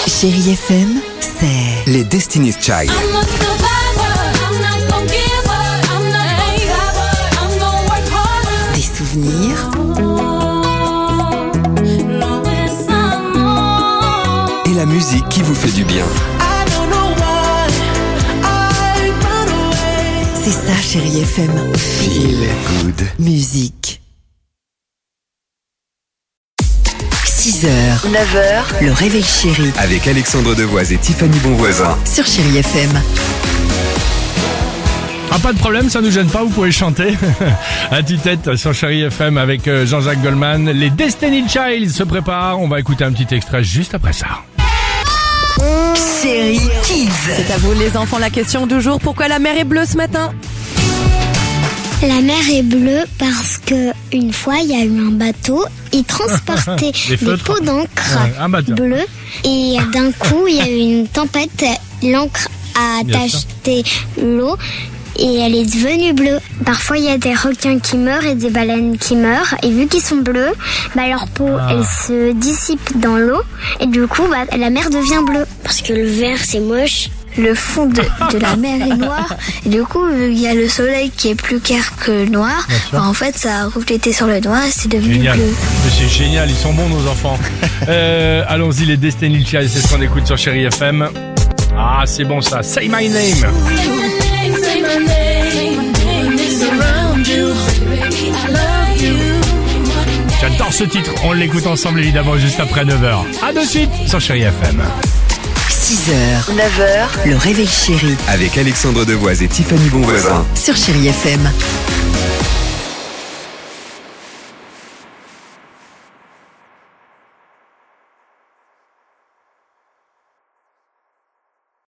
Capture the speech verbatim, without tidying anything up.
Chérie F M, c'est les Destiny's Child. des souvenirs Et la musique qui vous fait du bien. c'est ça Chérie F M. Feel good. Musique. six heures, neuf heures, le réveil chéri Avec Alexandre Devoise et Tiffany Bonvoisin. sur Chérie F M. Ah, pas de problème, ça nous gêne pas, vous pouvez chanter. À tue-tête sur Chérie F M avec euh, Jean-Jacques Goldman. Les Destiny Child se préparent. On va écouter un petit extrait juste après ça. Chérie Kids. C'est à vous les enfants la question du jour. Pourquoi la mer est bleue ce matin? La mer est bleue parce que une fois il y a eu un bateau, il transportait Des des feutres. pots d'encre Ouais, un bateau. bleu et d'un coup il y a eu une tempête, l'encre a Bien sûr. taché l'eau et elle est devenue bleue. Parfois il y a des requins qui meurent et des baleines qui meurent et vu qu'ils sont bleus, bah, leur peau Ah. elle se dissipe dans l'eau et du coup bah, la mer devient bleue. Parce que le vert c'est moche. Le fond de, de la mer est noir. Et du coup, il y a le soleil qui est plus clair que noir. Bah, en fait, ça a reflété sur le noir et c'est devenu Génial. bleu. Mais c'est génial, ils sont bons nos enfants. euh, allons-y, les Destiny Child, c'est ce qu'on écoute sur Chérie F M. Ah, c'est bon ça. Say my name. J'adore ce titre. On l'écoute ensemble évidemment juste après neuf heures. À de suite sur Chérie F M. six heures, neuf heures, le réveil chéri Avec Alexandre Devoise et Tiffany Bonvoisin. sur Chérie F M.